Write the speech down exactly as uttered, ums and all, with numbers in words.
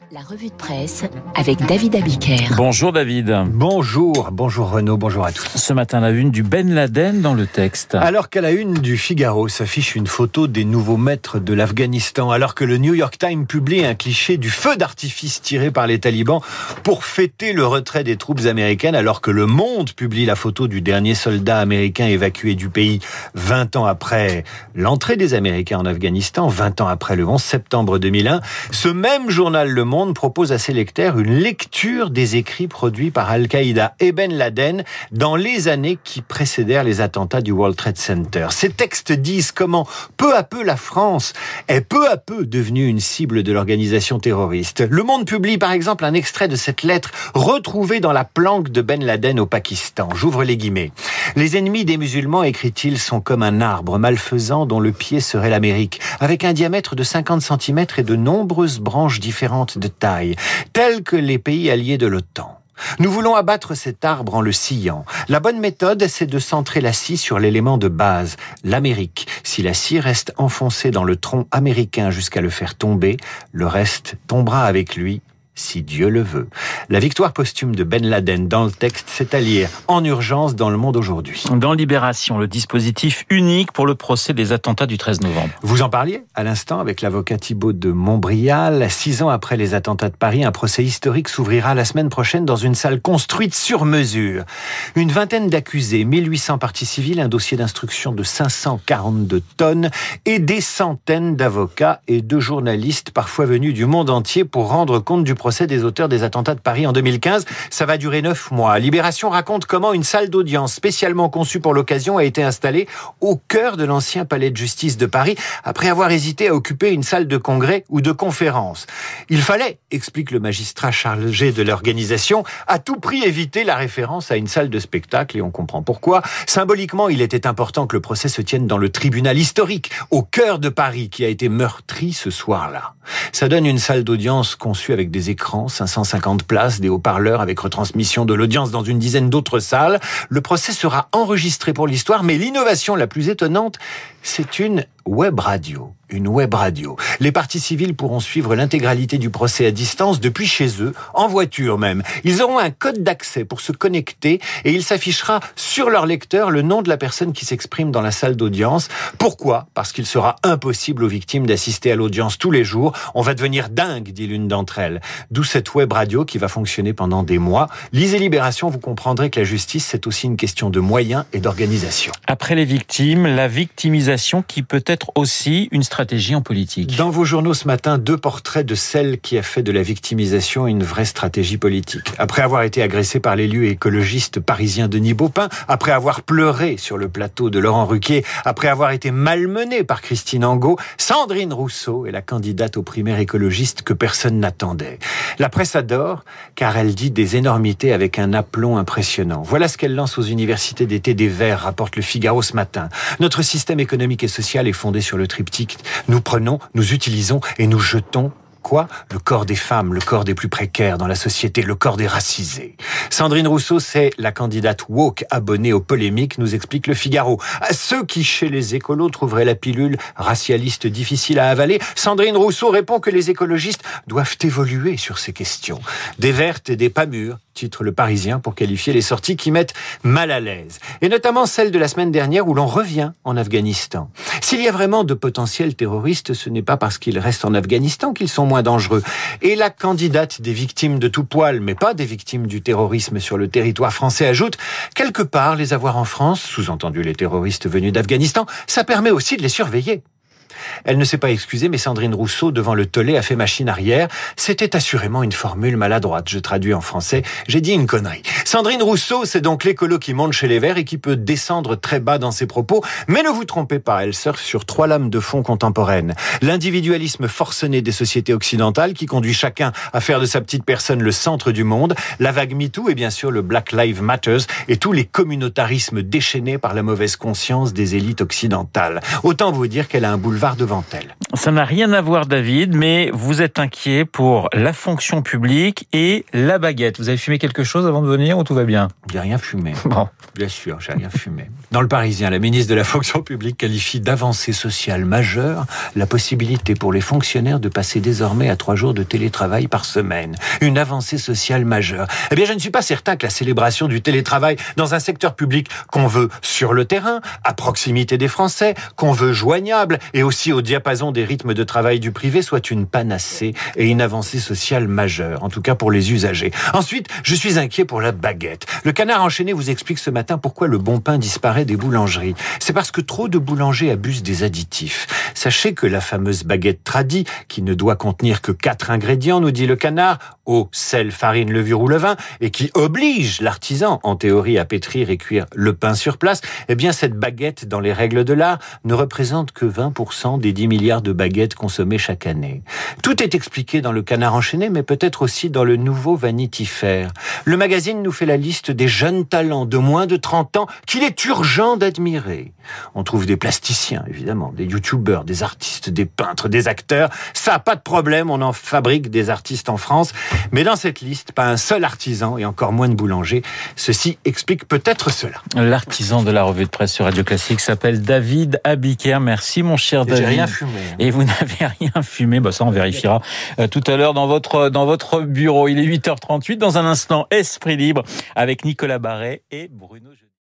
La revue de presse avec David Abiker. Bonjour David. Bonjour, bonjour Renaud, bonjour à tous. Ce matin, la une du Ben Laden dans le texte. Alors qu'à la une du Figaro s'affiche une photo des nouveaux maîtres de l'Afghanistan, alors que le New York Times publie un cliché du feu d'artifice tiré par les talibans pour fêter le retrait des troupes américaines, alors que Le Monde publie la photo du dernier soldat américain évacué du pays vingt ans après l'entrée des Américains en Afghanistan, vingt ans après le onze septembre deux mille un, ce même journal Le Monde propose à ses lecteurs une lecture des écrits produits par Al-Qaïda et Ben Laden dans les années qui précédèrent les attentats du World Trade Center. Ces textes disent comment, peu à peu, la France est peu à peu devenue une cible de l'organisation terroriste. Le Monde publie par exemple un extrait de cette lettre retrouvée dans la planque de Ben Laden au Pakistan. J'ouvre les guillemets. Les ennemis des musulmans, écrit-il, sont comme un arbre malfaisant dont le pied serait l'Amérique, avec un diamètre de cinquante centimètres et de nombreuses branches différentes de taille, telles que les pays alliés de l'OTAN. Nous voulons abattre cet arbre en le sciant. La bonne méthode, c'est de centrer la scie sur l'élément de base, l'Amérique. Si la scie reste enfoncée dans le tronc américain jusqu'à le faire tomber, le reste tombera avec lui, si Dieu le veut. La victoire posthume de Ben Laden dans le texte, c'est à lire en urgence dans Le Monde aujourd'hui. Dans Libération, le dispositif unique pour le procès des attentats du treize novembre. Vous en parliez à l'instant avec l'avocat Thibault de Montbrial. Six ans après les attentats de Paris, un procès historique s'ouvrira la semaine prochaine dans une salle construite sur mesure. Une vingtaine d'accusés, mille huit cents parties civiles, un dossier d'instruction de cinq cent quarante-deux tonnes et des centaines d'avocats et de journalistes, parfois venus du monde entier pour rendre compte du procès procès des auteurs des attentats de Paris en deux mille quinze. Ça va durer neuf mois. Libération raconte comment une salle d'audience spécialement conçue pour l'occasion a été installée au cœur de l'ancien palais de justice de Paris, après avoir hésité à occuper une salle de congrès ou de conférence. Il fallait, explique le magistrat chargé de l'organisation, à tout prix éviter la référence à une salle de spectacle, et on comprend pourquoi. Symboliquement, il était important que le procès se tienne dans le tribunal historique, au cœur de Paris, qui a été meurtri ce soir-là. Ça donne une salle d'audience conçue avec des écrans, cinq cent cinquante places, des haut-parleurs avec retransmission de l'audience dans une dizaine d'autres salles. Le procès sera enregistré pour l'histoire, mais l'innovation la plus étonnante, c'est une web radio. Une web radio. Les parties civiles pourront suivre l'intégralité du procès à distance depuis chez eux, en voiture même. Ils auront un code d'accès pour se connecter et il s'affichera sur leur lecteur le nom de la personne qui s'exprime dans la salle d'audience. Pourquoi ? Parce qu'il sera impossible aux victimes d'assister à l'audience tous les jours. On va devenir dingue, dit l'une d'entre elles. D'où cette web radio qui va fonctionner pendant des mois. Lisez Libération, vous comprendrez que la justice, c'est aussi une question de moyens et d'organisation. Après les victimes, la victimisation qui peut être aussi une stratégie en politique. Dans vos journaux ce matin, deux portraits de celle qui a fait de la victimisation une vraie stratégie politique. Après avoir été agressée par l'élu écologiste parisien Denis Baupin, après avoir pleuré sur le plateau de Laurent Ruquier, après avoir été malmenée par Christine Angot, Sandrine Rousseau est la candidate aux primaires écologistes que personne n'attendait. La presse adore, car elle dit des énormités avec un aplomb impressionnant. Voilà ce qu'elle lance aux universités d'été des Verts, rapporte le Figaro ce matin. Notre système économique et social est fondé sur le triptyque. Nous prenons, nous utilisons et nous jetons. Quoi ? Le corps des femmes, le corps des plus précaires dans la société, le corps des racisés. Sandrine Rousseau, c'est la candidate woke abonnée aux polémiques, nous explique le Figaro. À ceux qui, chez les écolos, trouveraient la pilule racialiste difficile à avaler, Sandrine Rousseau répond que les écologistes doivent évoluer sur ces questions. Des vertes et des pas mûres, titre Le Parisien, pour qualifier les sorties qui mettent mal à l'aise. Et notamment celle de la semaine dernière où l'on revient en Afghanistan. S'il y a vraiment de potentiels terroristes, ce n'est pas parce qu'ils restent en Afghanistan qu'ils sont moins dangereux. Et la candidate des victimes de tout poil, mais pas des victimes du terrorisme sur le territoire français, ajoute « Quelque part, les avoir en France, sous-entendu les terroristes venus d'Afghanistan, ça permet aussi de les surveiller. » Elle ne s'est pas excusée, mais Sandrine Rousseau, devant le tollé, a fait machine arrière. C'était assurément une formule maladroite. Je traduis en français. J'ai dit une connerie. Sandrine Rousseau, c'est donc l'écolo qui monte chez les Verts et qui peut descendre très bas dans ses propos. Mais ne vous trompez pas, elle surfe sur trois lames de fond contemporaines. L'individualisme forcené des sociétés occidentales qui conduit chacun à faire de sa petite personne le centre du monde. La vague MeToo et bien sûr le Black Lives Matter et tous les communautarismes déchaînés par la mauvaise conscience des élites occidentales. Autant vous dire qu'elle a un boulevard boulevard de Ventelle. Ça n'a rien à voir, David, mais vous êtes inquiet pour la fonction publique et la baguette. Vous avez fumé quelque chose avant de venir ou tout va bien? J'ai rien fumé. Bon. Bien sûr, j'ai rien fumé. Dans le Parisien, la ministre de la fonction publique qualifie d'avancée sociale majeure la possibilité pour les fonctionnaires de passer désormais à trois jours de télétravail par semaine. Une avancée sociale majeure. Eh bien, je ne suis pas certain que la célébration du télétravail dans un secteur public qu'on veut sur le terrain, à proximité des Français, qu'on veut joignable et aussi au diapason des rythmes de travail du privé soit une panacée et une avancée sociale majeure, en tout cas pour les usagers. Ensuite, je suis inquiet pour la baguette. Le Canard enchaîné vous explique ce matin pourquoi le bon pain disparaît des boulangeries. C'est parce que trop de boulangers abusent des additifs. Sachez que la fameuse baguette tradie, qui ne doit contenir que quatre ingrédients, nous dit le Canard, eau, sel, farine, levure ou levain, et qui oblige l'artisan, en théorie, à pétrir et cuire le pain sur place, eh bien cette baguette, dans les règles de l'art, ne représente que vingt pour cent des dix milliards de baguettes consommées chaque année. Tout est expliqué dans le Canard enchaîné, mais peut-être aussi dans le nouveau Vanity Fair. Le magazine nous fait la liste des jeunes talents de moins de trente ans qu'il est urgent d'admirer. On trouve des plasticiens, évidemment, des youtubeurs, des artistes, des peintres, des acteurs. Ça, pas de problème, on en fabrique des artistes en France. Mais dans cette liste, pas un seul artisan et encore moins de boulanger. Ceci explique peut-être cela. L'artisan de la revue de presse sur Radio Classique s'appelle David Abiker. Merci, mon cher et David. J'ai rien fumé. Hein. Et vous n'avez rien fumé. Bah, ça, on vérifiera euh, tout à l'heure dans votre, dans votre bureau. Il est huit heures trente-huit. Dans un instant, Esprit Libre avec Nicolas Barret et Bruno Jeudi.